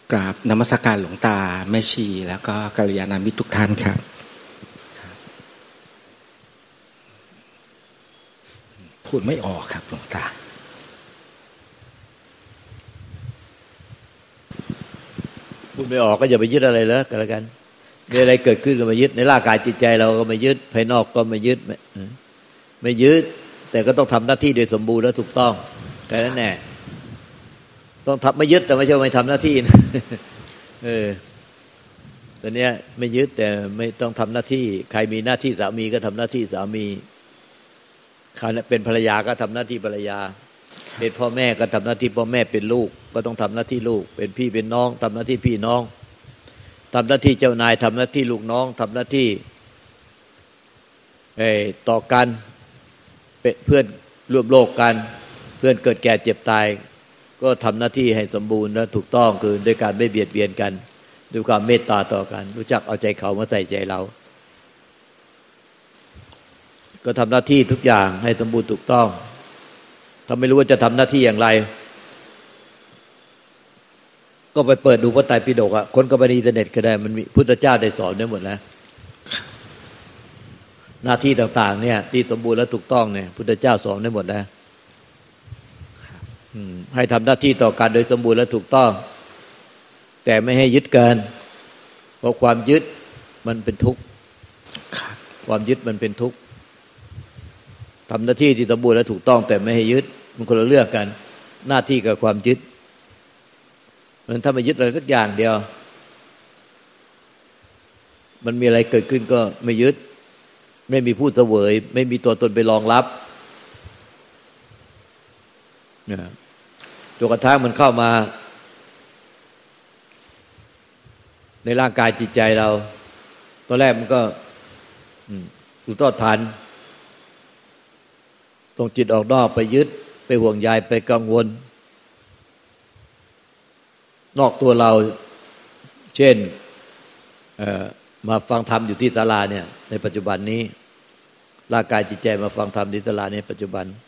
กราบนมัสการหลวงตาแม่ชีแล้วก็กัลยาณมิตรทุกท่านครับพูดไม่ออกครับหลวงตาพูดไม่ออกก็อย่าไปยึดอะไรเลยกันแล้วกันมีอะไรเกิดขึ้นก็ไม่ยึดในร่างกายจิตใจเราก็ไม่ยึดภายนอกก็ไม่ยึดไม่ยึดแต่ก็ต้องทำหน้าที่โดยสมบูรณ์และถูกต้องแค่นั้นแน่ต้องทำไม่ยึดแต่ไม่ใช่ไม่ทำหน้าที่นะตอนนี้ไม่ยึดแต่ไม่ต้องทำหน้าที่ใครมีหน้าที่สามีก็ทำหน้าที่สามีใครเป็นภรรยาก็ทำหน้าที่ภรรยาเป็นพ่อแม่ก็ทำหน้าที่พ่อแม่เป็นลูกก็ต้องทำหน้าที่ลูกเป็นพี่เป็นน้องทำหน้าที่พี่น้องทำหน้าที่เจ้านายทำหน้าที่ลูกน้องทำหน้าที่ต่อกันเป็นเพื่อนร่วมโลกกันเพื่อนเกิดแก่เจ็บตายก็ทำหน้าที่ให้สมบูรณ์และถูกต้องคือด้วยการไม่เบียดเบียนกันด้วยความเมตตาต่อกันรู้จักเอาใจเขามาใส่ใจเราก็ทำหน้าที่ทุกอย่างให้สมบูรณ์ถูกต้องถ้าไม่รู้ว่าจะทำหน้าที่อย่างไรก็ไปเปิดดูพระไตรปิฎกคนก็ไปในอินเทอร์เน็ตก็ได้มันมีพุทธเจ้าได้สอนไว้หมดแล้วหน้าที่ต่างๆเนี่ยที่สมบูรณ์และถูกต้องเนี่ยพุทธเจ้าสอนได้หมดแล้วให้ทำหน้าที่ต่อกันโดยสมบูรณ์และถูกต้องแต่ไม่ให้ยึดเกินเพราะความยึดมันเป็นทุกข์ความยึดมันเป็นทุกข์ทำหน้าที่ที่สมบูรณ์และถูกต้องแต่ไม่ให้ยึดมันคนละเรื่องกันหน้าที่กับความยึดมันถ้าไม่ยึดอะไรสักอย่างเดียวมันมีอะไรเกิดขึ้นก็ไม่ยึดไม่มีผู้เสวยไม่มีตัวตนไปรองรับจนกระทั่งมันเข้ามาในร่างกายจิตใจเราตอนแรกมันก็รู้ต่อทันตรงจิตออกนอกไปยึดไปห่วงใยไปกังวลนอกตัวเราเช่นมาฟังธรรมอยู่ที่ศาลาเนี่ยในปัจจุบันนี้ร่างกายจิตใจมาฟังธรรมที่ศาลาในปัจจุบัน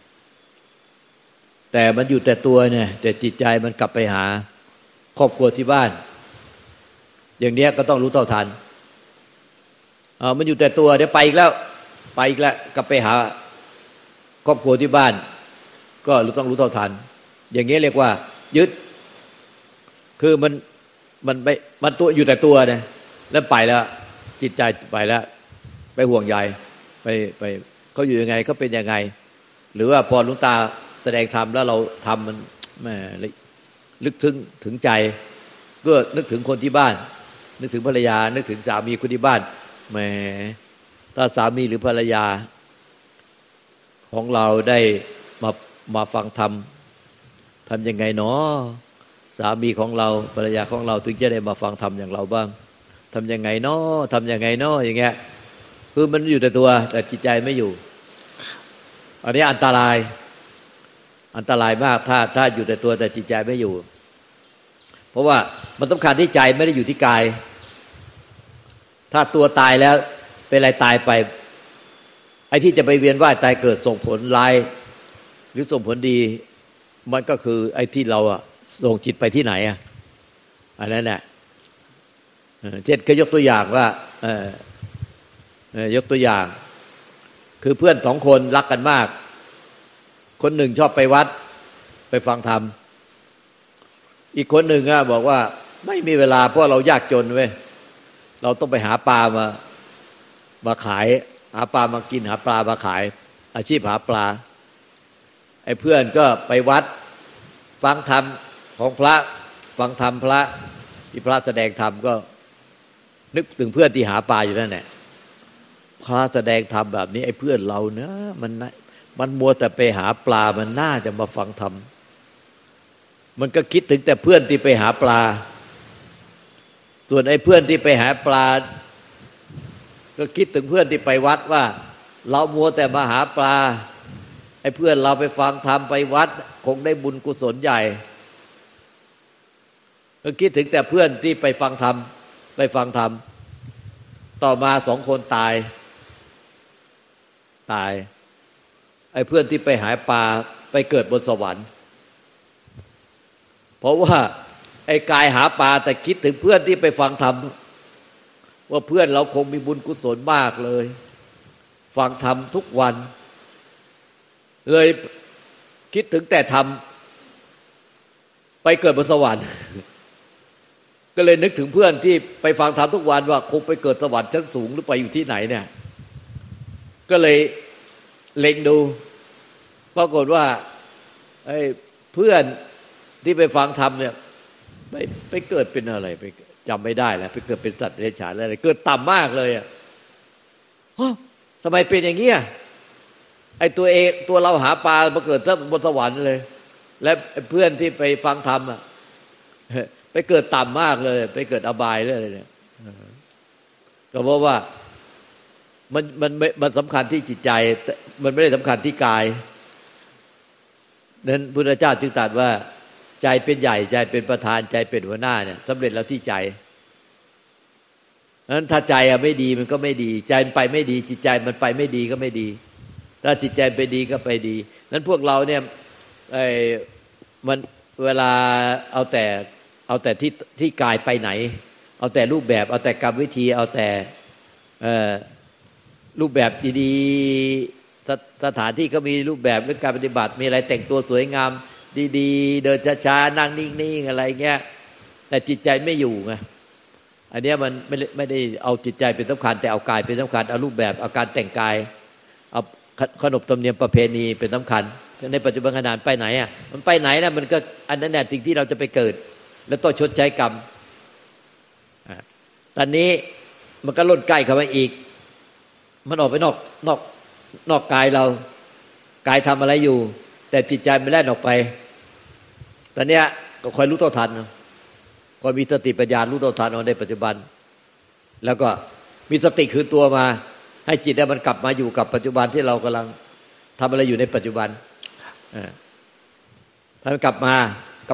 แต่มันอยู่แต่ตัวเนี่ยแต่จิตใจมันกลับไปหาครอบครัวที่บ้านอย่างเนี้ยก็ต้องรู้เท่าทันมันอยู่แต่ตัวเดี๋ยวไปอีกแล้วกลับไปหาครอบครัวที่บ้านก็ต้องรู้เท่าทันอย่างเงี้ยเรียกว่ายึดคือมันตัวอยู่แต่ตัวเนี่ยแล้วไปแล้วจิตใจไปแล้วไปห่วงใยไปเขาอยู่ยังไงเขาเป็นยังไงหรือว่าพอหลวงตาแสดงธรรมแล้วเราทำมันแม่ลึกถึงใจเพื่อนึกถึงคนที่บ้านนึกถึงภรรยานึกถึงสามีคนที่บ้านแหมถ้าสามีหรือภรรยาของเราได้มาฟังธรรมทำยังไงเนาะสามีของเราภรรยาของเราถึงจะได้มาฟังธรรมอย่างเราบ้างทำยังไงเนาะทำยังไงเนาะอย่างเงี้ยคือมันอยู่แต่ตัวแต่จิตใจไม่อยู่อันนี้อันตรายมากถ้าอยู่แต่ตัวแต่จิตใจไม่อยู่เพราะว่ามันสำคัญที่ใจไม่ได้อยู่ที่กายถ้าตัวตายแล้วเป็นอะไรตายไปไอ้ที่จะไปเวียนว่ายตายเกิดส่งผลร้ายหรือส่งผลดีมันก็คือไอ้ที่เราส่งจิตไปที่ไหนอันนั้นแหละเช่นเคยยกตัวอย่างว่ายกตัวอย่างคือเพื่อนสองคนรักกันมากคนหนึ่งชอบไปวัดไปฟังธรรมอีกคนหนึ่งบอกว่าไม่มีเวลาเพราะเรายากจนเว้ยเราต้องไปหาปลามาขายหาปลามากินหาปลามาขายอาชีพหาปลาไอ้เพื่อนก็ไปวัดฟังธรรมของพระฟังธรรมพระที่พระแสดงธรรมก็นึกถึงเพื่อนที่หาปลาอยู่นั่นแหละพระแสดงธรรมแบบนี้ไอ้เพื่อนเราเนอะมันมัวแต่ไปหาปลามันน่าจะมาฟังธรรมมันก็คิดถึงแต่เพื่อนที่ไปหาปลาส่วนไอ้เพื่อนที่ไปหาปลาก็คิดถึงเพื่อนที่ไปวัดว่าเรามัวแต่มาหาปลาไอ้เพื่อนเราไปฟังธรรมไปวัดคงได้บุญกุศลใหญ่ก็คิดถึงแต่เพื่อนที่ไปฟังธรรมต่อมาสองคนตายไอ้เพื่อนที่ไปหาปลาไปเกิดบนสวรรค์เพราะว่าไอ้กายหาปลาแต่คิดถึงเพื่อนที่ไปฟังธรรมว่าเพื่อนเราคงมีบุญกุศลมากเลยฟังธรรมทุกวันเลยคิดถึงแต่ธรรมไปเกิดบนสวรรค์ก็เลยนึกถึงเพื่อนที่ไปฟังธรรมทุกวันว่าคงไปเกิดสวรรค์ชั้นสูงหรือไปอยู่ที่ไหนเนี่ยก็เลยเล็งดูปรากฏว่าไอ้เพื่อนที่ไปฟังธรรมเนี่ยไปเกิดเป็นอะไรไปจำไม่ได้แล้วไปเกิดเป็นสัตว์เดรัจฉานอะไรเกิดต่ำมากเลยอ่ะทำไมเป็นอย่างเงี้ยไอ้ตัวเราหาปลามาเกิดบนสวรรค์เลยและเพื่อนที่ไปฟังธรรมอ่ะไปเกิดต่ำมากเลยไปเกิดอบายเลยเนี่ยก็เพราะว่ามันสำคัญที่จิตใจมันไม่ได้สำคัญที่กายนั้นพุทธเจ้าจึงตรัสว่าใจเป็นใหญ่ใจเป็นประธานใจเป็นหัวหน้าเนี่ยสำเร็จแล้วที่ใจนั้นถ้าใจไม่ดีมันก็ไม่ดีใจมันไปไม่ดีจิตใจมันไปไม่ดีก็ไม่ดีถ้าจิตใจไปดีก็ไปดีนั้นพวกเราเนี่ยมันเวลาเอาแต่ที่กายไปไหนเอาแต่รูปแบบเอาแต่กรรมวิธีเอาแต่รูปแบบดีๆสถานที่ก็มีรูปแบบเรื่องการปฏิบัติมีอะไรแต่งตัวสวยงามดีๆเดินช้าๆนั่งนิ่งๆอะไรเงี้ยแต่จิตใจไม่อยู่ไงอันนี้มันไม่ได้เอาจิตใจเป็นสำคัญแต่เอากายเป็นสำคัญเอารูปแบบเอาการแต่งกายเอาขนบธรรมเนียมประเพณีเป็นสำคัญในปัจจุบันขนาดไปไหนอ่ะมันไปไหนนะมันก็อันนั้นแหละสิ่งที่เราจะไปเกิดแล้วต้องชดใช้กรรมตอนนี้มันก็ล่นใกล้เข้ามาอีกมันออกไปนอกกายเรากายทำอะไรอยู่แต่จิตใจมันแล่นออกไปตอนเนี้ยก็คอยรู้เท่าทันคอยมีสติปัญญารู้เท่าทันในปัจจุบันแล้วก็มีสติคืนตัวมาให้จิตมันกลับมาอยู่กับปัจจุบันที่เรากำลังทำอะไรอยู่ในปัจจุบันถ้ามันกลับมา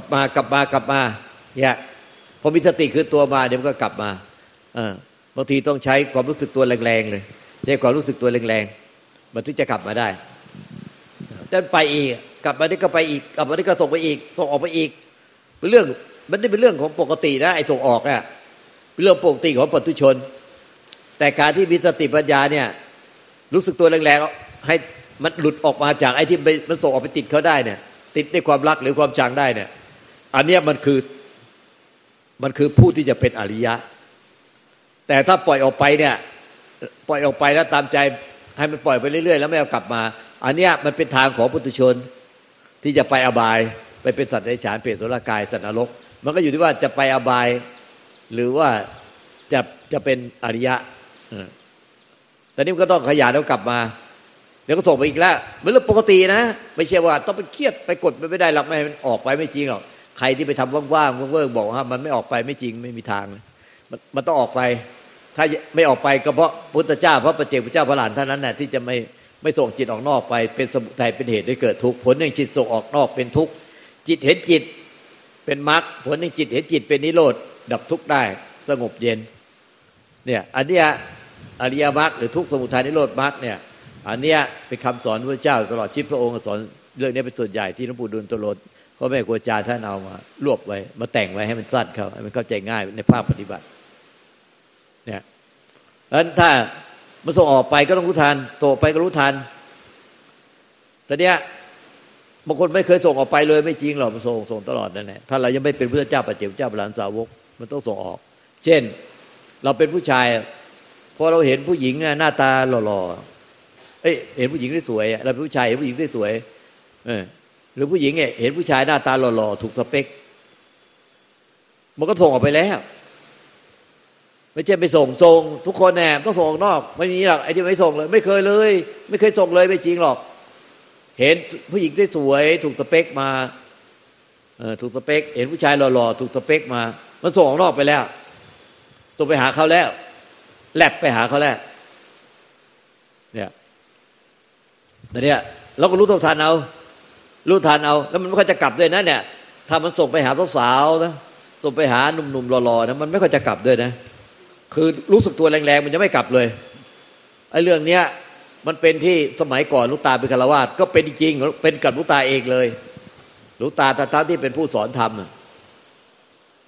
เนี่ยพอมีสติคืนตัวมาเดี๋ยวมันก็กลับมาบางทีต้องใช้ความรู้สึกตัวแรงๆเลยใช้ความรู้สึกตัวแรงๆมันถึงจะกลับมาได้แต่ไปอีกกลับมาได้ก็ไปอีกกลับมาได้ก็ส่งไปอีกส่งออกไปอีกเป็นเรื่องมันไม่เป็นเรื่องของปกตินะไอ้ส่งออกเนี่ยเป็นเรื่องปกติของปุถุชนแต่การที่มีสติปัญญาเนี่ยรู้สึกตัวแรงๆให้มันหลุดออกมาจากไอ้ที่มันส่งออกไปติดเขาได้เนี่ยติดในความรักหรือความชังได้เนี่ยอันเนี้ยมันคือผู้ที่จะเป็นอริยะแต่ถ้าปล่อยออกไปเนี่ยปล่อยออกไปแล้วตามใจให้มันปล่อยไปเรื่อยๆแล้วไม่เอากลับมาอันเนี้ยมันเป็นทางของปุถุชนที่จะไปอบายไปเป็นสัตว์เดรัจฉานเปรตอสุรกายสัตว์นรกมันก็อยู่ที่ว่าจะไปอบายหรือว่าจะเป็นอริยะแต่นี่มันก็ต้องขยันแล้วกลับมาเดี๋ยวก็ส่งไปอีกแล้วเป็นเรื่องปกตินะไม่ใช่ว่าต้องไปเครียดไปกดไม่ได้หรอกไม่ให้มันออกไปไม่จริงหรอกใครที่ไปทำว่างๆเว่อร์ๆบอกว่ามันไม่ออกไปไม่จริงไม่มีทางมันต้องออกไปถ้าไม่ออกไปก็เพราะพุทธเจ้าพระปัจเจกพุทธเจ้าพระหลานเท่านั้นแหละที่จะไม่ส่งจิตออกนอกไปเป็นสมุทัยเป็นเหตุให้เกิดทุกข์ผลแห่งจิตส่งออกนอกเป็นทุกข์จิตเห็นจิตเป็นมรรคผลแห่งจิตเห็นจิตเป็นนิโรธดับทุกข์ได้สงบเย็นเนี่ยอันเนี้ยอริยมรรคหรือทุกข์สมุทัยนิโรธมรรคเนี่ยอันเนี้ยเป็นคำสอนพระเจ้าตลอดชีวิตพระองค์สอนเรื่องนี้เป็นส่วนใหญ่ที่หลวงปู่ดูลย์โตโลพ่อแม่ครูอาจารย์ท่านเอามารวบไว้มาแต่งไว้ให้มันสั้นเข้าให้มันเข้าใจง่ายในภาคปฏิบัติเนี่ยเพราะฉะนั้นถ้ามันส่งออกไปก็ต้องรู้ทันโตไปก็รู้ทันแต่เนี้ยบางคนไม่เคยส่งออกไปเลยไม่จริงหรอกมันส่งตลอดนั่นแหละถ้าเรายังไม่เป็นพระเจ้าปัจเจกเจ้าพระหลานสาวกมันต้องส่งออกเช่นเราเป็นผู้ชายพอเราเห็นผู้หญิงหน้าตาหล่อๆเห็นผู้หญิงที่สวยเราเป็นผู้ชายเห็นผู้หญิงที่สวยหรือผู้หญิงเห็นผู้ชายหน้าตาหล่อๆถูกสเปคมันก็ส่งออกไปแล้วไม่ใช่ไปส่งทุกคนแน่ต้องส่งออกนอกไม่มีหรอกไอ้ที่ไม่ส่งเลยไม่เคยส่งเลยไม่จริงหรอกเห็นผู้หญิงที่สวยถูกสเปคมาถูกสเปคเห็นผู้ชายหล่อๆถูกสเปคมามันส่งออกนอกไปแล้วส่งไปหาเขาแล้วแลบไปหาเขาแล้วเนี่ยแต่เนี่ยเราก็รู้เท่าทันเอาแล้วมันไม่ค่อยจะกลับด้วยนะเนี่ยถ้ามันส่งไปหาสาวๆนะส่งไปหาหนุ่มๆหล่อๆนะมันไม่ค่อยจะกลับด้วยนะคือรู้สึกตัวแรงๆมันจะไม่กลับเลยไอ้เรื่องเนี้ยมันเป็นที่สมัยก่อนหลวงตาเป็นฆราวาสก็เป็นจริงๆเป็นกับหลวงตาเองเลยหลวงตาที่เป็นผู้สอนธรรมเ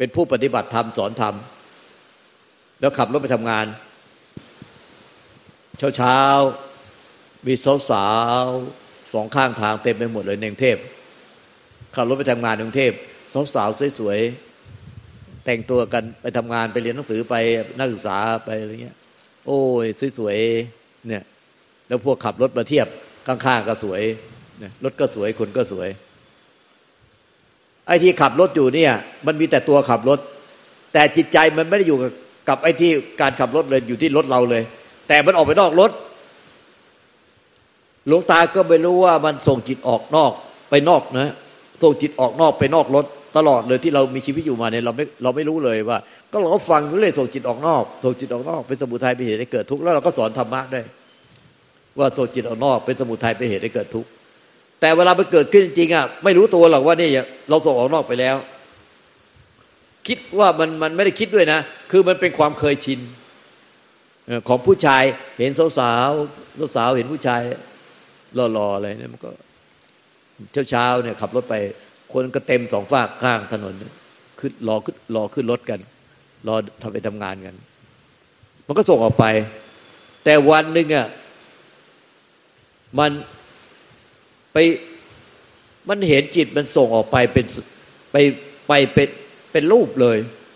เป็นผู้ปฏิบัติธรรมสอนธรรมแล้วขับรถไปทำงานเช้ามีสาวๆสองข้างทางเต็มไปหมดเลยในกรุงเทพขับรถไปทำงานในกรุงเทพสาวๆสวยๆแต่งตัวกันไปทำงานไปเรียนหนังสือไปนักศึกษาไปอะไรเงี้ยโอ้ยสวยๆเนี่ยแล้วพวกขับรถมาเทียบข้างๆก็สวยเนี่ยรถก็สวยคนก็สวยไอ้ที่ขับรถอยู่เนี่ยมันมีแต่ตัวขับรถแต่จิตใจมันไม่ได้อยู่กับไอ้ที่การขับรถเลยอยู่ที่รถเราเลยแต่มันออกไปนอกรถหลวงตาก็ไม่รู้ว่ามันส่งจิตออกนอกไปนอกนะส่งจิตออกนอกไปนอกรถตลอดเลยที่เรามีชีวิตอยู่มาเนี่ยเราไม่รู้เลยว่าก็เราก็ฟังอยู่เลยส่งจิตออกนอกส่งจิตออกนอกเป็นสมุทัยเป็นเหตุให้เกิดทุกข์แล้วเราก็สอนธรรมะได้ว่าส่งจิตออกนอกเป็นสมุทัยเป็นเหตุให้เกิดทุกข์แต่เวลามันเกิดขึ้นจริงๆอ่ะไม่รู้ตัวหรอกว่านี่เราส่งออกนอกไปแล้วคิดว่ามันไม่ได้คิดด้วยนะคือมันเป็นความเคยชินของผู้ชายเห็นสาวเห็นผู้ชายหล่อๆอะไรเนี่ยมันก็เช้าเนี่ยขับรถไปคนก็เต็มสองฝากข้างถนนขึ้นรอขึ้นรถกันรอทำไปทำงานกันมันก็ส่งออกไปแต่วันหนึ่งอ่ะมันเห็นจิตมันส่งออกไปเป็นรูปเลย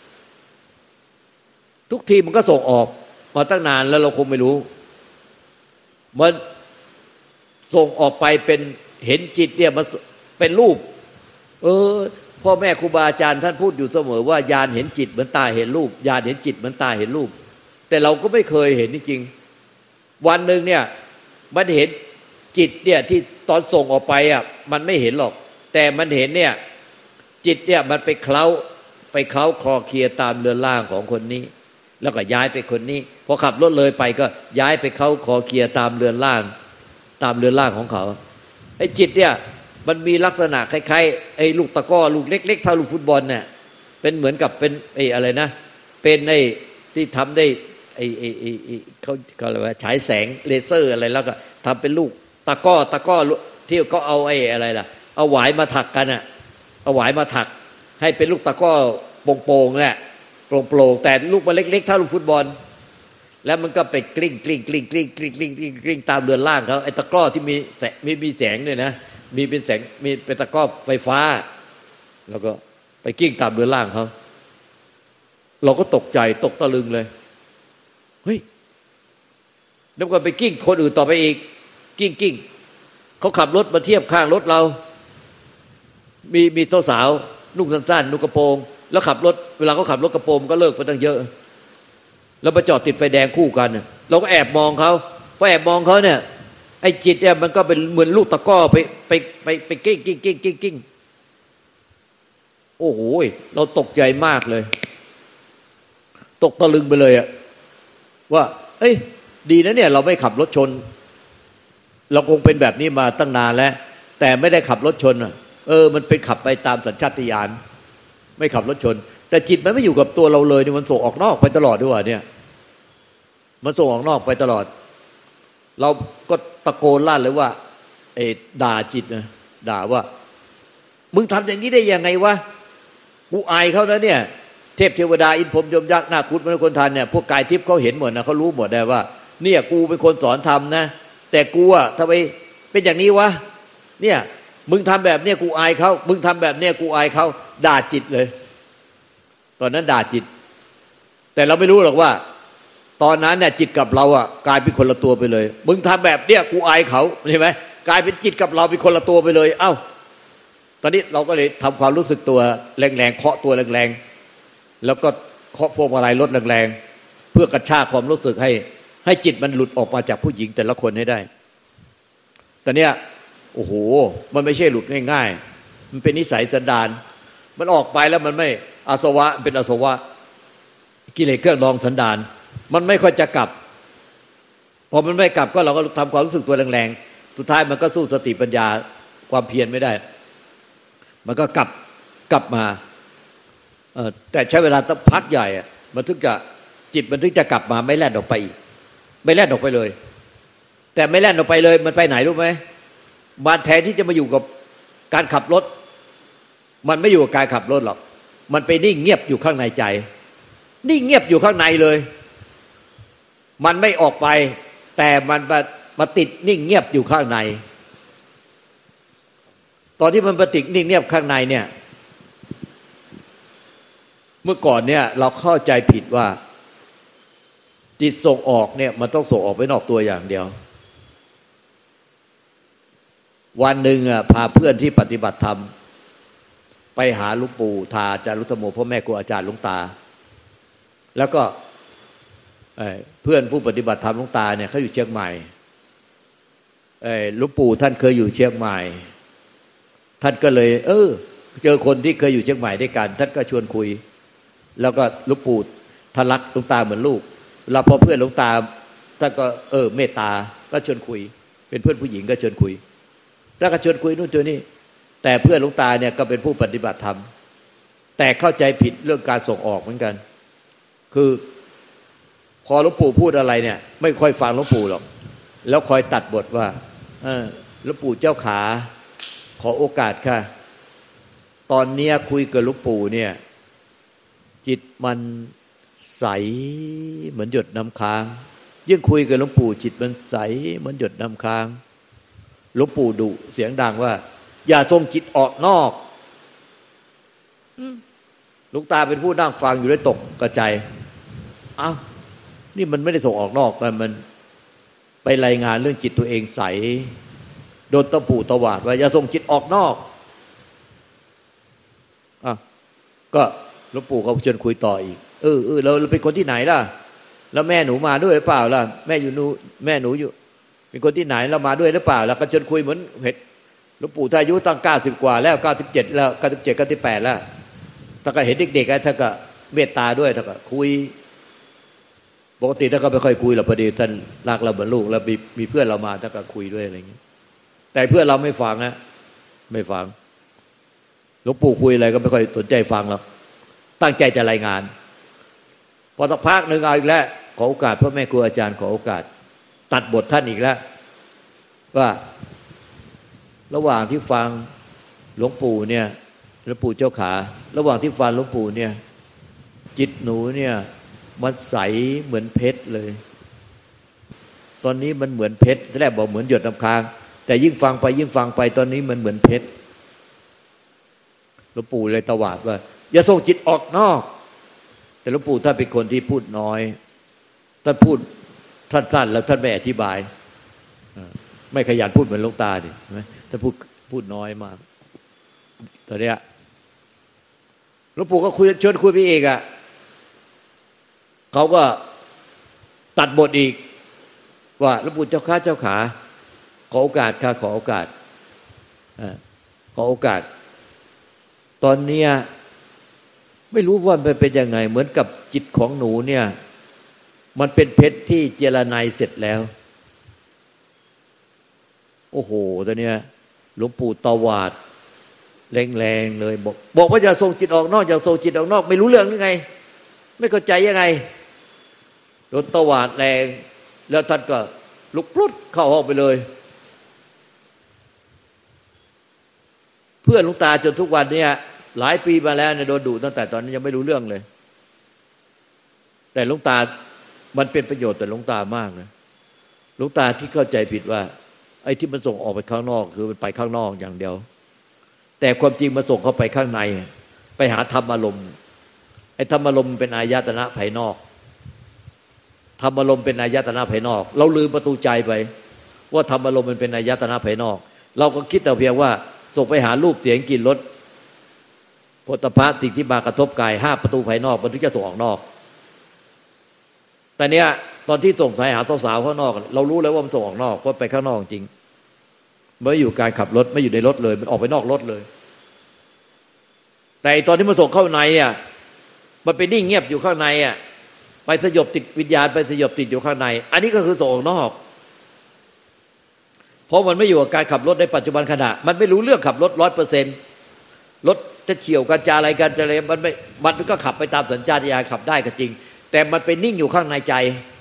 ทุกทีมันก็ส่งออกมาตั้งนานแล้วเราคงไม่รู้มันส่งออกไปเป็นเห็นจิตเนี่ยมันเป็นรูปพ่อแม่ครูบาอาจารย์ท่านพูดอยู่เสมอว่าญาณเห็นจิตเหมือนตาเห็นรูปญาณเห็นจิตเหมือนตาเห็นรูปแต่เราก็ไม่เคยเห็นจริงๆวันหนึ่งเนี่ยมันเห็นจิตเนี่ยที่ตอนส่งออกไปอ่ะมันไม่เห็นหรอกแต่มันเห็นเนี่ยจิตเนี่ยมันไปเคล้าคลอเคลียตามเรือนร่างของคนนี้แล้วก็ย้ายไปคนนี้พอขับรถเลยไปก็ย้ายไปเคล้าคลอเคลียตามเรือนร่างของเขาไอ้จิตเนี่ยมันมีลักษณะคล้ายๆไอ้ลูกตะก้อลูกเล็กๆเท่าลูกฟุตบอลเนี่ยเป็นเหมือนกับเป็นไอ้อะไรนะเป็นไอ้ที่ทำได้ไอ้เขาอะไรว่าฉายแสงเลเซอร์อะไรแล้วก็ทำเป็นลูกตะก้อที่เขาเอาไอ้อะไรล่ะเอาหวายมาถักกันอ่ะเอาหวายมาถักให้เป็นลูกตะก้อโป่งๆแหละโปร่งๆแต่ลูกมันเล็กๆเท่าลูกฟุตบอลแล้วมันก็ไปกลิ้งตามเรือนร่างเขาไอ้ตะกร้อที่มีแสงด้วยนะมีเป็นแสงมีเป็นตะกร้อไฟฟ้าแล้วก็ไปกลิ้งตามเรือนร่างเขาเราก็ตกใจตกตะลึงเลยเฮ้ยแล้วก็ไปกลิ้งคนอื่นต่อไปอีกกลิ้งเขาขับรถมาเทียบข้างรถเรามีสาวๆนุ่งสั้นๆนุ่งกระโปรงแล้วขับรถเวลาเขาขับรถกระโปรงก็เลิกไปตั้งเยอะแล้วมาจอดติดไฟแดงคู่กันเราก็แอบมองเขาพอแอบมองเขาเนี่ยไอ้จิตเนี่ยมันก็เป็นเหมือนลูกตะก้อไปกิ้งโอ้โหเราตกใจมากเลยตกตะลึงไปเลยอะว่าเอ้ยดีนะเนี่ยเราไม่ขับรถชนเราคงเป็นแบบนี้มาตั้งนานแล้วแต่ไม่ได้ขับรถชนมันเป็นขับไปตามสัญชาตญาณไม่ขับรถชนแต่จิตมันไม่อยู่กับตัวเราเลยนี่มันส่งออกนอกไปตลอดด้วยเนี่ยมันส่งออกนอกไปตลอดเราก็ตะโกนลั่นเลยว่าด่าจิตนะด่าว่ามึงทำอย่างนี้ได้ยังไงวะกูอายเขานะเนี่ยเทพเทวดาอินพรหมยมยักษ์นาคพุทธมนุษย์คนทันเนี่ยพวกกายทิพย์เขาเห็นหมดนะเขารู้หมดได้ว่าเนี่ยกูเป็นคนสอนธรรมนะแต่กูอะทำไมเป็นอย่างนี้วะเนี่ยมึงทำแบบเนี้ยกูอายเขามึงทำแบบเนี้ยกูอายเขาด่าจิตเลยตอนนั้นด่าจิตแต่เราไม่รู้หรอกว่าตอนนั้นเนี่ยจิตกับเราอ่ะกลายเป็นคนละตัวไปเลยมึงทำแบบเนี้ยกูอายเขาเห็นไหมกลายเป็นจิตกับเราเป็นคนละตัวไปเลยเอ้าตอนนี้เราก็เลยทำความรู้สึกตัวแรงๆเคาะตัวแรงๆแล้วก็เคาะพวงมาลัยรถแรงๆเพื่อกระชากความรู้สึกให้จิตมันหลุดออกมาจากผู้หญิงแต่ละคนให้ได้แต่เนี้ยโอ้โหมันไม่ใช่หลุดง่ายๆมันเป็นนิสัยสันดานมันออกไปแล้วมันไม่อาสวะเป็นอาสวะกิเลสเครื่องรองสันดานมันไม่ค่อยจะกลับพอมันไม่กลับก็เราก็ทำความรู้สึกตัวแรงๆสุดท้ายมันก็สู้สติปัญญาความเพียรไม่ได้มันก็กลับมาแต่ใช้เวลาตั้งพักใหญ่มันถึงจะจิตมันถึงจะกลับมาไม่แล่นออกไปอีกไม่แล่นออกไปเลยแต่ไม่แล่นออกไปเลยมันไปไหนรู้ไหมมันแทนที่จะมาอยู่กับการขับรถมันไม่อยู่กับการขับรถหรอกมันไปนิ่งเงียบอยู่ข้างในใจนิ่งเงียบอยู่ข้างในเลยมันไม่ออกไปแต่มันมาติดนิ่งเงียบอยู่ข้างในตอนที่มันมาติดนิ่งเงียบข้างในเนี่ยเมื่อก่อนเนี่ยเราเข้าใจผิดว่าจิตส่งออกเนี่ยมันต้องส่งออกไปนอกตัวอย่างเดียววันหนึ่งพาเพื่อนที่ปฏิบัติธรรมไปหาหลวงปู่ทาจารุธโมพ่อแม่ครูอาจารย์หลวงตาแล้วก็เพื่อนผู้ปฏิบัติธรรมหลวงตาเนี่ยเขาอยู่เชียงใหม่หลวงปู่ท่านเคยอยู่เชียงใหม่ท่านก็เลยเจอคนที่เคยอยู่เชียงใหม่ด้วยกันท่านก็ชวนคุยแล้วก็หลวงปู่ท่านรักหลวงตาเหมือนลูกแล้วพอเพื่อนหลวงตาท่านก็เมตตาก็ชวนคุยเป็นเพื่อนผู้หญิงก็ชวนคุยแล้วก็ชวนคุยนู่นชวนนี่แต่เพื่อนหลวงตาเนี่ยก็เป็นผู้ปฏิบัติธรรมแต่เข้าใจผิดเรื่องการส่งออกเหมือนกันคือพอหลวงปู่พูดอะไรเนี่ยไม่ค่อยฟังหลวงปู่หรอกแล้วคอยตัดบทว่าหลวงปู่เจ้าขาขอโอกาสค่ะตอนเนี้ยคุยกับหลวงปู่เนี่ยจิตมันใสเหมือนหยดน้ำค้างยิ่งคุยกับหลวงปู่จิตมันใสเหมือนหยดน้ำค้างหลวงปู่ดุเสียงดังว่าอย่าส่งจิตออกนอกหลวงตาเป็นผู้นั่งฟังอยู่ได้ตกกระจายอ้าวนี่มันไม่ได้ส่งออกนอกมันไปรายงานเรื่องจิตตัวเองใสโดนตะปู่ตะหวาดว่าอย่าส่งจิตออกนอกก็หลวงปู่เขาชวนคุยต่ออีกเราเป็นคนที่ไหนล่ะแล้วแม่หนูมาด้วยหรือเปล่าล่ะแม่หนูอยู่เป็นคนที่ไหนเรามาด้วยหรือเปล่าแล้วก็ชวนคุยเหมือนเห็นหลวงปู่ท่านอายุตั้ง90กว่าแล้ว97แล้ว97 98แล้วถ้าก็เห็นเด็กๆท่านก็เมตตาด้วยท่านก็คุยปกติท่านก็ไม่ค่อยคุยหรอกพอดีท่านรักเราเหมือนลูกแล้วมีเพื่อนเรามาท่านก็คุยด้วยอะไรอย่างนี้แต่เพื่อนเราไม่ฟังนะไม่ฟังหลวงปู่คุยอะไรก็ไม่ค่อยสนใจฟังหรอกตั้งใจจะรายงานพอสักพักหนึ่งเอาอีกแล้วขอโอกาสพ่อแม่ครูอาจารย์ขอโอกาสตัดบทท่านอีกแล้วว่าระหว่างที่ฟังหลวงปู่เนี่ยหลวงปู่เจ้าขาระหว่างที่ฟังหลวงปู่เนี่ยจิตหนูเนี่ยมันใสเหมือนเพชรเลยตอนนี้มันเหมือนเพชรแรกบอกเหมือนหยดน้ำค้างแต่ยิ่งฟังไปตอนนี้มันเหมือนเพชรหลวงปู่เลยตวาดว่าอย่าส่งจิตออกนอกแต่หลวงปู่ท่านเป็นคนที่พูดน้อยท่านพูดสั้นๆแล้วท่านไม่อธิบายไม่ขยันพูดเหมือนหลวงตาดิใช่ไหมท่านพูดน้อยมากตอนเนี้ยหลวงปู่ก็ชวนคุยไปอีกเขาก็ตัดบทอีกว่าหลวงปู่เจ้าขาขอโอกาสค่ะขอโอกาสตอนเนี้ยไม่รู้ว่ามันเป็นยังไงเหมือนกับจิตของหนูเนี่ยมันเป็นเพชรที่เจรไนเสร็จแล้วโอ้โหตอนเนี้ยหลวงปู่ตวาดแรงๆเลยบอกว่าอย่าส่งจิตออกนอกอย่าส่งจิตออกนอกไม่รู้เรื่องยังไงไม่เข้าใจยังไงโดนตวาดแรงแล้วท่านก็ลุกพลุดเข้าห้องไปเลยเพื่อนหลวงตาจนทุกวันนี้หลายปีมาแล้วเนี่ยโดนดุตั้งแต่ตอนนี้ยังไม่รู้เรื่องเลยแต่หลวงตามันเป็นประโยชน์แต่หลวงตามากเลยหลวงตาที่เข้าใจผิดว่าไอ้ที่มันส่งออกไปข้างนอกคือมันไปข้างนอกอย่างเดียวแต่ความจริงมันส่งเข้าไปข้างในไปหาธรรมอารมณ์ไอ้ธรรมอารมณ์เป็นอายตนะภายนอกธรรมอารมณ์เป็นอายตนะภายนอกเราลืมประตูใจไปว่าธรรมอารมณ์มันเป็นอายตนะภายนอกเราก็คิดแต่เพียงว่าส่งไปหารูปเสียงกลิ่นรสโผฏฐัพพะสิ่งที่มากระทบกาย5ประตูภายนอกมันถึงจะส่งออกนอกแต่เนี้ยตอนที่ส่งไปหาสาวๆข้างนอกเรารู้แล้วว่ามันส่งออกนอกเพราะไปข้างนอกจริงไม่อยู่การขับรถไม่อยู่ในรถเลยมันออกไปนอกรถเลยแต่ตอนที่มันส่งเข้าในมันไปนิ่งเงียบอยู่ข้างในไปสยบติดวิญญาณไปสยบติดอยู่ข้างในอันนี้ก็คือส่งออกนอกเพราะมันไม่อยู่กับการขับรถในปัจจุบันขณะมันไม่รู้เรื่องขับรถ 100% รถจะเฉี่ยวกันจะอะไรกันจะอะไรมันก็ขับไปตามสัญชาตญาณขับได้ก็จริงแต่มันไปนิ่งอยู่ข้างในใจ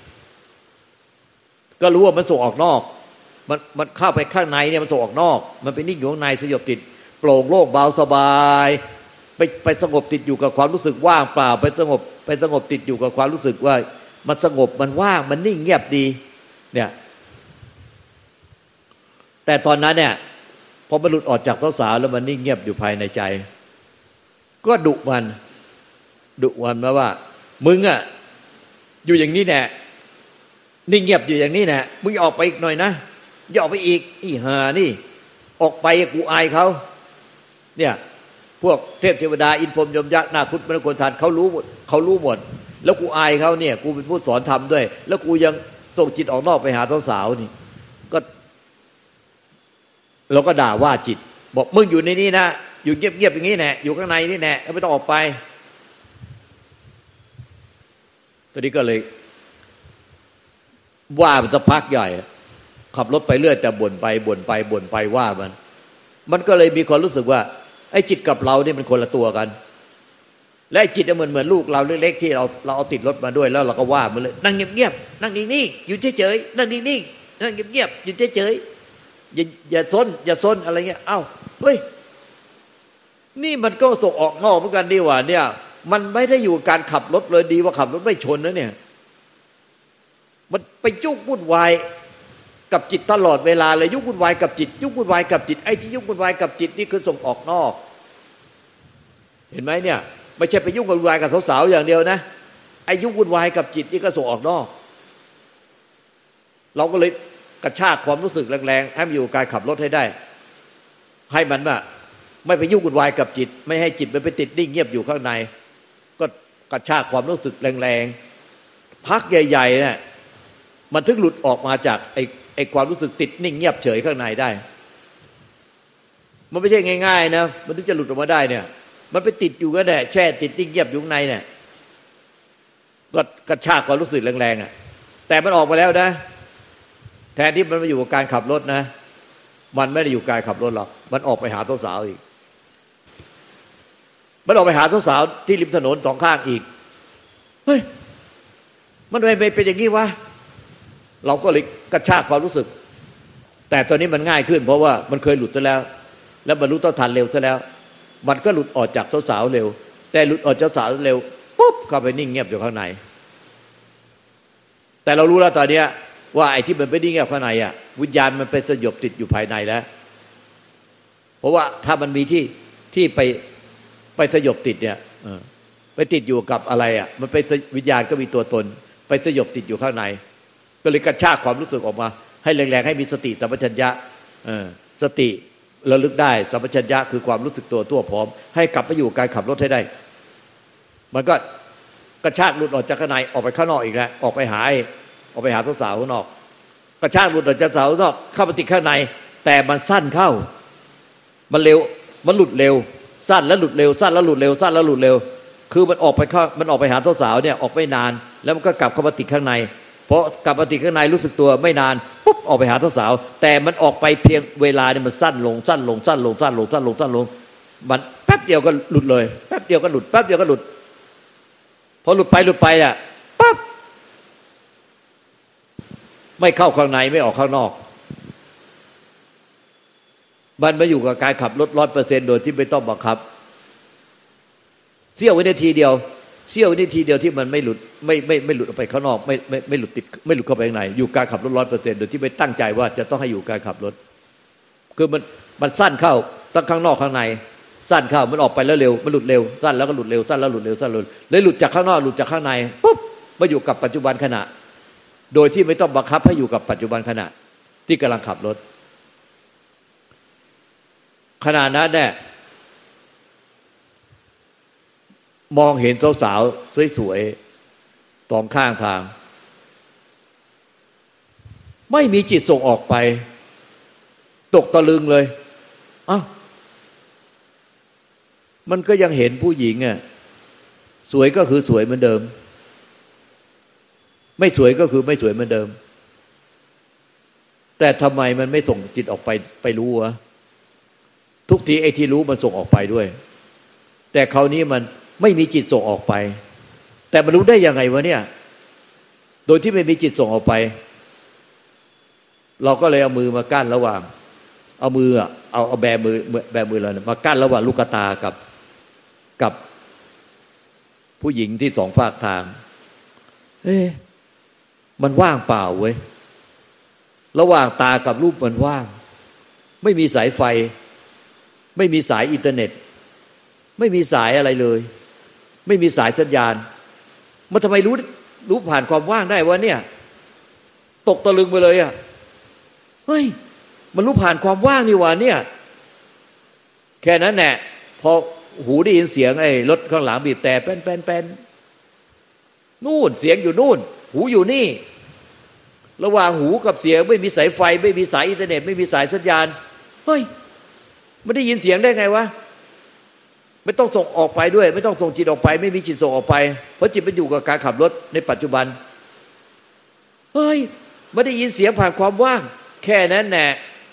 ก็รู้ว่ามันส่งออกนอกมันเข้าไปข้างในเนี่ยมันส่งออกนอกมันไปนิ่งอยู่ข้างในสยบติดโปร่งโล่งเบาสบายไปสงบติดอยู่กับความรู้สึกว่างเปล่าไปสงบติดอยู่กับความรู้สึกว่ามันสงบมันว่างมันนิ่งเงียบดีเนี่ยแต่ตอนนั้นเนี่ยพอมันหลุดออกจากสาวๆแล้วมันนิ่งเงียบอยู่ภายในใจก็ดุมันมาว่ามึงอะอยู่อย่างนี้แน่นิ่งเงียบอยู่อย่างนี้แน่มึงออกไปอีกหน่อยนะอย่าออกไปอีกอีห่านี่ออกไปกูอายเขาเนี่ยพวกเทพเทวดาอินพรหมยมยักษ์นาคุตมนุษย์คนทานเขารู้หมดแล้วกูอายเขาเนี่ยกูเป็นผู้สอนธรรมด้วยแล้วกูยังส่งจิตออกนอกไปหาสาวๆนี่ก็เราก็ด่าว่าจิตบอกมึงอยู่ในนี้นะอยู่เงียบๆอย่างนี้แน่อยู่ข้างในนี่แน่ไม่ต้องออกไปตอนนี้ก็เลยว่ามันสักพักใหญ่ขับรถไปเรื่อยแต่บ่นไปว่ามันก็เลยมีความรู้สึกว่าไอ้จิตกับเราเนี่ยมันคนละตัวกันและไอ้จิตเหมือนลูกเราเล็กๆที่เราเอาติดรถมาด้วยแล้วเราก็ว่ามันเลยนั่งเงียบๆนั่งนิ่งๆอยู่เฉยๆนั่งนิ่งๆนั่งเงียบๆอยู่เฉยๆอย่าซนอะไรเงี้ยเอ้าเฮ้ยนี่มันก็ส่งออกนอกเหมือนกันดีว่าเนี่ยมันไม่ได้อยู่การขับรถเลยดีว่าขับรถไม่ชนนะเนี่ยมันไปยุ่งวุ่นวายกับจิตตลอดเวลาเลยยุ่งวุ่นวายกับจิตไอ้ที่ยุ่งวุ่นวายกับจิตนี่คือส่งออกนอกเห็นไหมเนี่ยไม่ใช่ไปยุ่งวุ่นวายกับสาวๆอย่างเดียวนะไอ้ยุ่งวุ่นวายกับจิตนี่ก็ส่งออกนอกเราก็เลยกระชากความรู้สึกแรงๆให้มันอยู่กับการขับรถให้ได้ให้มันว่าไม่ไปยุ่งวุ่นวายกับจิตไม่ให้จิตมันไปติดนิ่งเงียบอยู่ข้างในก็กระชากความรู้สึกแรงๆพักใหญ่ๆเนี่ยมันถึงหลุดออกมาจากไอ้ความรู้สึกติดนิ่งเงียบเฉยข้างในได้มันไม่ใช่ง่ายๆนะมันถึงจะหลุดออกมาได้เนี่ยมันไปติดอยู่ก็ได้แช่ติดนิ่งเงียบอยู่ข้างในเนี่ยก็กระชากความรู้สึกแรงๆอ่ะแต่มันออกมาแล้วนะแทนที่มันมาอยู่กับการขับรถนะมันไม่ได้อยู่การขับรถหรอกมันออกไปหาสาวๆอีกมันออกไปหาสาวๆที่ริมถนนสองข้างอีกเฮ้ยมันไม่เป็นอย่างนี้วะเราก็เลยกระชากความรู้สึกแต่ตอนนี้มันง่ายขึ้นเพราะว่ามันเคยหลุดซะแล้วแล้วบรรลุเท่าทันเร็วซะแล้วมันก็หลุดออกจากสาวๆเร็วแต่หลุดออกจากสาวเร็วปุ๊บเข้าไปนิ่งเงียบอยู่ข้างในแต่เรารู้แล้วตอนนี้ว่าไอ้ที่มันไปนิ่งเงียบข้างในอ่ะวิญญาณมันไปสยบติดอยู่ภายในแล้วเพราะว่าถ้ามันมีที่ไปสยบติดเนี่ยไปติดอยู่กับอะไรอ่ะมันไปวิญญาณก็มีตัวตนไปสยบติดอยู่ข้างในก็เลยกระชากความรู้สึกออกมาให้แรงๆให้มีสติสัมปชัญญะสติระลึกได้สัมปชัญญะคือความรู้สึกตัวพร้อมให้กลับไปอยู่การขับรถให้ได้มันก็กระชากหลุดออกจากข้างในออกไปข้างนอกอีกแล้วออกไปหาสาวๆข้างนอกกระชากหลุดออกจากสาวข้างนอกเข้าไปติดข้างในแต่มันสั้นเข้ามันเร็วมันหลุดเร็วสั้นแล้วหลุดเร็วสั้นแล้วหลุดเร็วสั้นแล้วหลุดเร็วคือมันออกไปหาสาวๆเนี่ยออกไม่นานแล้วมันก็กลับเข้ามาติดข้างในเพราะกลับมาติดข้างในรู้สึกตัวไม่นานปุ๊บออกไปหาสาวๆแต่มันออกไปเพียงเวลาเนี่ยมันสั้นลงมันแป๊บเดียวก็หลุดเลยแป๊บเดียวก็หลุดพอหลุดไปอ่ะปั๊บไม่เข้าข้างในไม่ออกข้างนอกมันมาอยู่กับการขับรถ 100% โดยที่ไม่ต้องบังคับเสี้ยววินาทีเดียวที่มันไม่หลุดไม่หลุดออกไปข้างนอกไม่หลุดติดไม่หลุดเข้าไปข้างในอยู่การขับรถ 100% โดยที่ไม่ตั้งใจว่าจะต้องให้อยู่การขับรถคือมันสั้นเข้าทั้งข้างนอกข้างในสั้นเข้ามันออกไปแล้วเร็วมันหลุดเร็วสั้นแล้วก็หลุดเร็วสั้นแล้วหลุดเร็วสั้นเลยหลุดจากข้างนอกหลุดจากข้างในปุ๊บมาอยู่กับปัจจุบันขณะโดยที่ไม่ต้องบังคับให้อยู่กับปัจจุบันขณะที่กำลังขับรถขณะนั้นเนี่ยมองเห็นสาวๆสวยๆตรงข้างทางไม่มีจิตส่งออกไปตกตะลึงเลยอ้าวมันก็ยังเห็นผู้หญิงอ่ะสวยก็คือสวยเหมือนเดิมไม่สวยก็คือไม่สวยเหมือนเดิมแต่ทำไมมันไม่ส่งจิตออกไปรู้วะทุกทีไอ้ที่รู้มันส่งออกไปด้วยแต่คราวนี้มันไม่มีจิตส่งออกไปแต่มันรู้ได้ยังไงวะเนี่ยโดยที่ไม่มีจิตส่งออกไปเราก็เลยเอามือมากั้นระหว่างเอามือเอาแบมือเราเนี่ยมากั้นระหว่างลูกตากับผู้หญิงที่สองฝากทางมันว่างเปล่าเว้ยระหว่างตากับรูปมันว่างไม่มีสายไฟไม่มีสายอินเทอร์เน็ตไม่มีสายอะไรเลยไม่มีสายสัญญาณมันทำไมรู้ผ่านความว่างได้วะเนี่ยตกตะลึงไปเลยอ่ะเฮ้ยมันรู้ผ่านความว่างนี่หว่าเนี่ยแค่นั้นแหละพอหูได้ยินเสียงไอ้รถข้างหลังบีบแต่แป้นนู่นเสียงอยู่นู่นหูอยู่นี่ระหว่างหูกับเสียงไม่มีสายไฟไม่มีสายอินเทอร์เน็ตไม่มีสายสัญญาณเฮ้ยไม่ได้ยินเสียงได้ไงวะไม่ต้องส่งออกไปด้วยไม่ต้องส่งจิตออกไปไม่มีจิตส่งออกไปเพราะจิตมันอยู่กับการขับรถในปัจจุบันเฮ้ยไม่ได้ยินเสียงผ่านความว่างแค่นั้นแหละ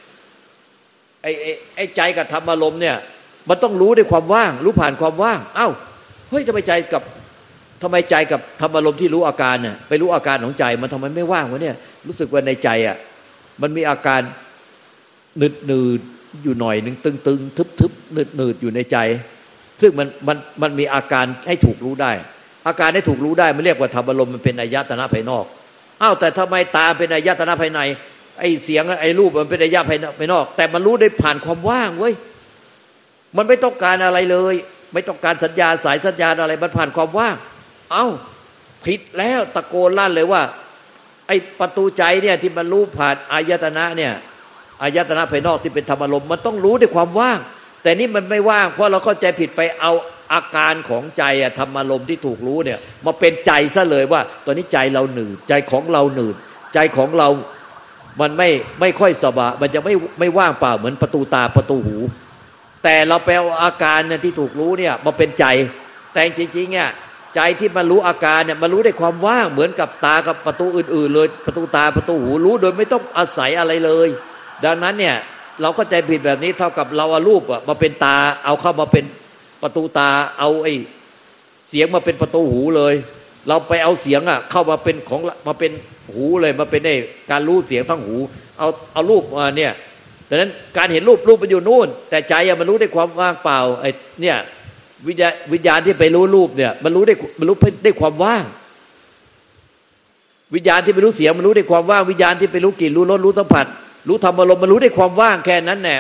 ไอ้ใจกับธรรมอารมณ์เนี่ยมันต้องรู้ด้วยความว่างรู้ผ่านความว่างเอ้าเฮ้ยทำไมใจกับธรรมอารมณ์ที่รู้อาการเนี่ยไปรู้อาการของใจมันทำไมไม่ว่างวะเนี่ยรู้สึกว่าในใจอ่ะมันมีอาการหนืดอยู่หน่อยนึงตึงทึบหนืดอยู่ในใจซึ่งมันมีอาการให้ถูกรู้ได้อาการให้ถูกรู้ได้มันเรียกว่าธรรมอารมณ์มันเป็นอายตนะภายนอกอ้าวแต่ทำไมตาเป็นอายตนะภายในไอ้เสียงไอ้รูปมันเป็นอายตนะภายนอกแต่มันรู้ได้ผ่านความว่างเว้ยมันไม่ต้องการอะไรเลยไม่ต้องการสัญญาสายสัญญาอะไรมันผ่านความว่างเอ้าผิดแล้วตะโกนลั่นเลยว่าไอ้ประตูใจเนี่ยที่มันรู้ผ่านอายตนะเนี่ยอายตนะภายนอกที่เป็นธรรมอารมณ์มันต้องรู้ด้วยความว่างแต่นี่มันไม่ว่างเพราะเราเข้าใจผิดไปเอาอาการของใจธรรมอารมณ์ที่ถูกรู้เนี่ยมาเป็นใจซะเลยว่าตอนนี้ใจเราหนืดใจของเราหนืดใจของเรามันไม่ค่อยสบายมันจะไม่ว่างเปล่าเหมือนประตูตาประตูหูแต่เราไปเอาอาการเนี่ยที่ถูกรู้เนี่ยมาเป็นใจแต่จริงๆเนี่ยใจที่มันรู้อาการเนี่ยมันรู้ได้ความว่างเหมือนกับตากับประตูอื่นๆเลยประตูตาประตูหูรู้โดยไม่ต้องอาศัยอะไรเลยดังนั้นเนี่ยเราเข้าใจผิดแบบนี้เท่ากับเราเอารูปมาเป็นตาเอาเข้ามาเป็นประตูตาเอาไอ้เสียงมาเป็นประตูหูเลยเราไปเอาเสียงเข้ามาเป็นของมาเป็นหูเลยมาเป็นได้การรู้เสียงทั้งหูเอารูปมาเนี่ยดังนั้นการเห็นรูปมันอยู่นู่นแต่ใจมันรู้ได้ความว่างเปล่าไอ้เนี่ยวิญญาณที่ไปรู้รูปเนี่ยมันรู้ได้ความว่างวิญญาณที่ไปรู้เสียงมันรู้ได้ความว่างวิญญาณที่ไปรู้กลิ่นรู้รสรู้สัมผัสรู้ธรรมอารมณ์มันรู้ได้ความว่างแค่นั้นแหละ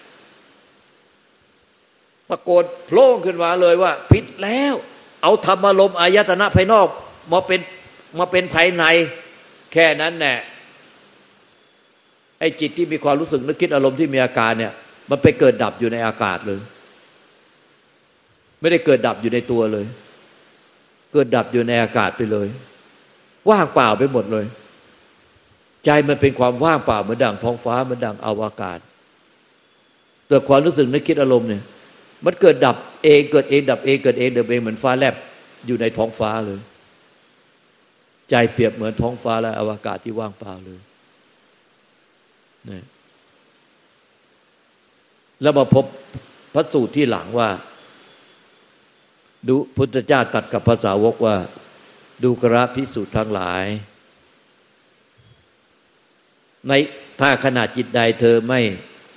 ตะโกนโผล่ขึ้นมาเลยว่าผิดแล้วเอาธรรมอารมณ์อายตนะภายนอกมาเป็นภายในแค่นั้นแหละไอ้จิตที่มีความรู้สึกนึกคิดอารมณ์ที่มีอาการเนี่ยมันไปเกิดดับอยู่ในอากาศเลยไม่ได้เกิดดับอยู่ในตัวเลยเกิดดับอยู่ในอากาศไปเลยว่างเปล่าไปหมดเลยใจมันเป็นความว่างเปล่าเหมือนดั่งท้องฟ้าเหมือนดั่งอวกาศแต่ความรู้สึกนึกคิดอารมณ์เนี่ยมันเกิดดับเองเกิดเองดับเองเกิดเองดับเองเหมือนฟ้าแลบอยู่ในท้องฟ้าเลยใจเปรียบเหมือนท้องฟ้าและอวกาศที่ว่างเปล่าเลยนี่แล้วมาพบพระสูตรที่หลังว่าดูพุทธเจ้าตรัสกับพระสาวกว่าดูกระภิกษุทั้งหลายในถ้าขณะจิตใดเธอไม่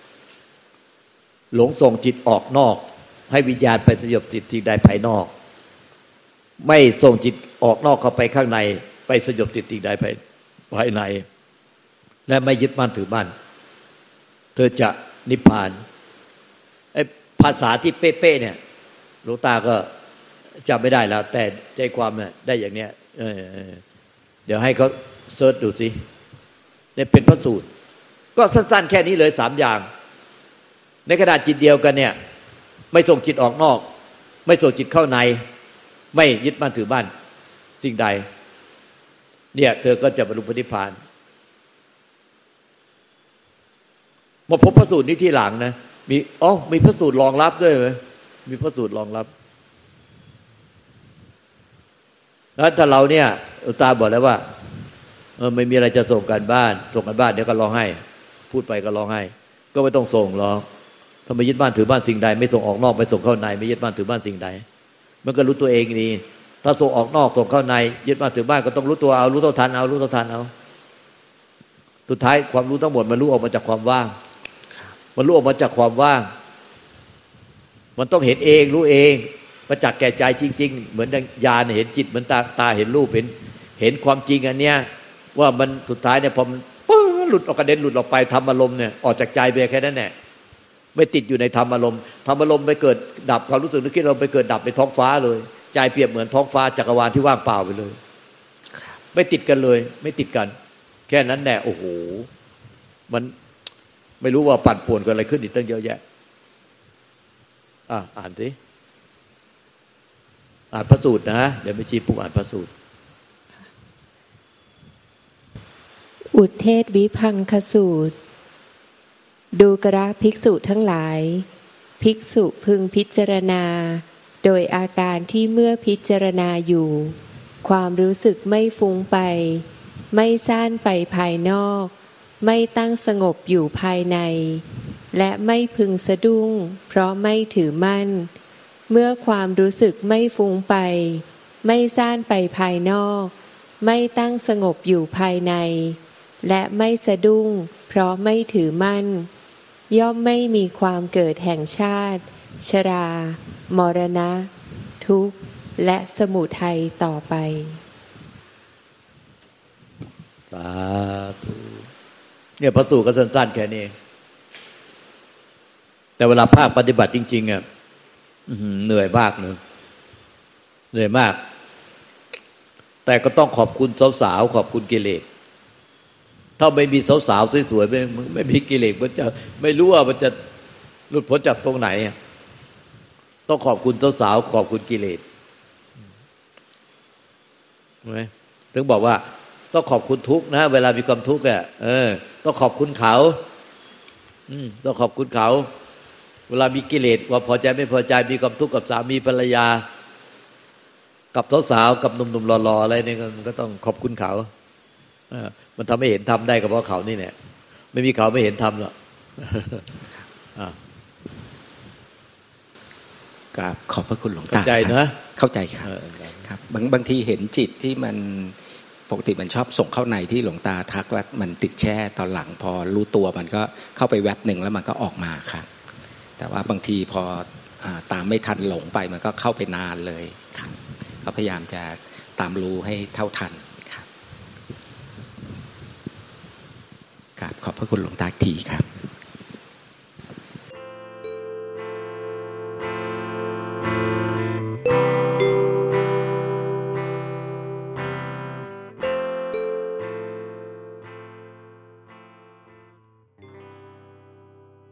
หลงส่งจิตออกนอกให้วิญญาณไปสยบจิตที่ใดภายนอกไม่ส่งจิตออกนอกเข้าไปข้างในไปสยบจิตที่ใดภายในและไม่ยึดมั่นถือมั่นเธอจะนิพพานไอ้ภาษาที่เป๊ะๆเนี่ยหลวงตาก็จำไม่ได้แล้วแต่ใจความเนี่ยได้อย่างเนี้ยเดี๋ยวให้เขาเสิร์ชดูสิเนี่ยเป็นพระสูตรก็สั้นๆแค่นี้เลย3อย่างในขณะจิตเดียวกันเนี่ยไม่ส่งจิตออกนอกไม่ส่งจิตเข้าในไม่ยึดมั่นถือมั่นสิ่งใดเนี่ยเธอก็จะบรรลุนิพพานมาพบพระสูตรนี้ที่หลังนะมีพระสูตรรองรับด้วยไหมมีพระสูตรรองรับแล้วถ้าเราเนี่ยตาบอกแล้วว่าไม่มีอะไรจะส่งกันบ้านเดี๋ยวก็ร้องไห้พูดไปก็ร้องไห้ก็ไม่ต้องส่งหรอกถ้าไม่ยึดบ้านถือบ้านสิ่งใดไม่ส่งออกนอกไม่ส่งเข้าในไม่ยึดบ้านถือบ้านสิ่งใดมันก็รู้ตัวเองนี่ถ้าส่งออกนอกส่งเข้าในยึดบ้านถือบ้านก็ต้องรู้ตัวเอารู้เท่าทันเอารู้เท่าทันเอาสุดท้ายความรู้ทั้งหมดมันรู้ออกมาจากความว่างมันรู้ออกมาจากความว่างมันต้องเห็นเองรู้เองประจักษ์แก่ใจจริงๆเหมือนญาณเห็นจิตเหมือนตาเห็นรูปเห็นความจริงอันเนี้ยว่ามันสุดท้ายเนี่ยพอมันหลุดออกกระเด็นหลุดออกไปธรรมอารมณ์เนี่ยออกจากใจไปแค่นั้นแหละไม่ติดอยู่ในธรรมอารมณ์ธรรมอารมณ์ไปเกิดดับความรู้สึกนึกคิดเราไปเกิดดับในท้องฟ้าเลยใจเปรียบเหมือนท้องฟ้าจักรวาลที่ว่างเปล่าไปเลยไม่ติดกันเลยไม่ติดกันแค่นั้นแหละโอ้โหมันไม่รู้ว่าปั่นป่วนกันอะไรขึ้นอีกตั้งเยอะแยะอ่านสิอ่านพระสูตรนะเดี๋ยวไม่ชี้ปุ๊บอ่านพระสูตรอุทเทศวิพังคสูตรดูกระภิกษุทั้งหลายภิกษุพึงพิจารณาโดยอาการที่เมื่อพิจารณาอยู่ความรู้สึกไม่ฟุ้งไปไม่ซ่านไปภายนอกไม่ตั้งสงบอยู่ภายในและไม่พึงสะดุ้งเพราะไม่ถือมั่นเมื่อความรู้สึกไม่ฟุ้งไปไม่ซ่านไปภายนอกไม่ตั้งสงบอยู่ภายในและไม่สะดุ้งเพราะไม่ถือมั่นย่อมไม่มีความเกิดแห่งชาติชรามรณะทุกข์และสมุทัยต่อไปสาธุเนี่ยพระสูตรก็สั้นๆแค่นี้แต่เวลาภาคปฏิบัติจริงๆอ่ะเหนื่อยมากเลยเหนื่อยมากแต่ก็ต้องขอบคุณสาวๆขอบคุณกิเลสถ้าไม่มีสาวๆสวยๆไม่มีกิเลสมันจะไม่รู้ว่ามันจะหลุดพ้นจากตรงไหนต้องขอบคุณสาวๆขอบคุณกิเลสใช่ไหมถึงบอกว่าต้องขอบคุณทุกข์นะเวลามีความทุกข์อ่ะต้องขอบคุณเขาต้องขอบคุณเขาเวลามีกิเลสว่าพอใจไม่พอใจมีความทุกข์กับสามีภรรยากับสาวๆกับหนุ่มๆหล่อๆอะไรนี่มันก็ต้องขอบคุณเขามันทำให้เห็นธรรมได้ก็เพราะเขานี่แหละไม่มีเขาไม่เห็นธรรมหรอกครับขอบพระคุณหลวงตาเข้าใจนะเข้าใจครับบางทีเห็นจิตที่มันปกติมันชอบส่งเข้าในที่หลวงตาทักว่ามันติดแช่ตอนหลังพอรู้ตัวมันก็เข้าไปแวบหนึ่งแล้วมันก็ออกมาครับแต่ว่าบางทีพอตามไม่ทันหลงไปมันก็เข้าไปนานเลยครับก็พยายามจะตามรู้ให้เท่าทันครับขอบพระคุณหลวงตาทีครับ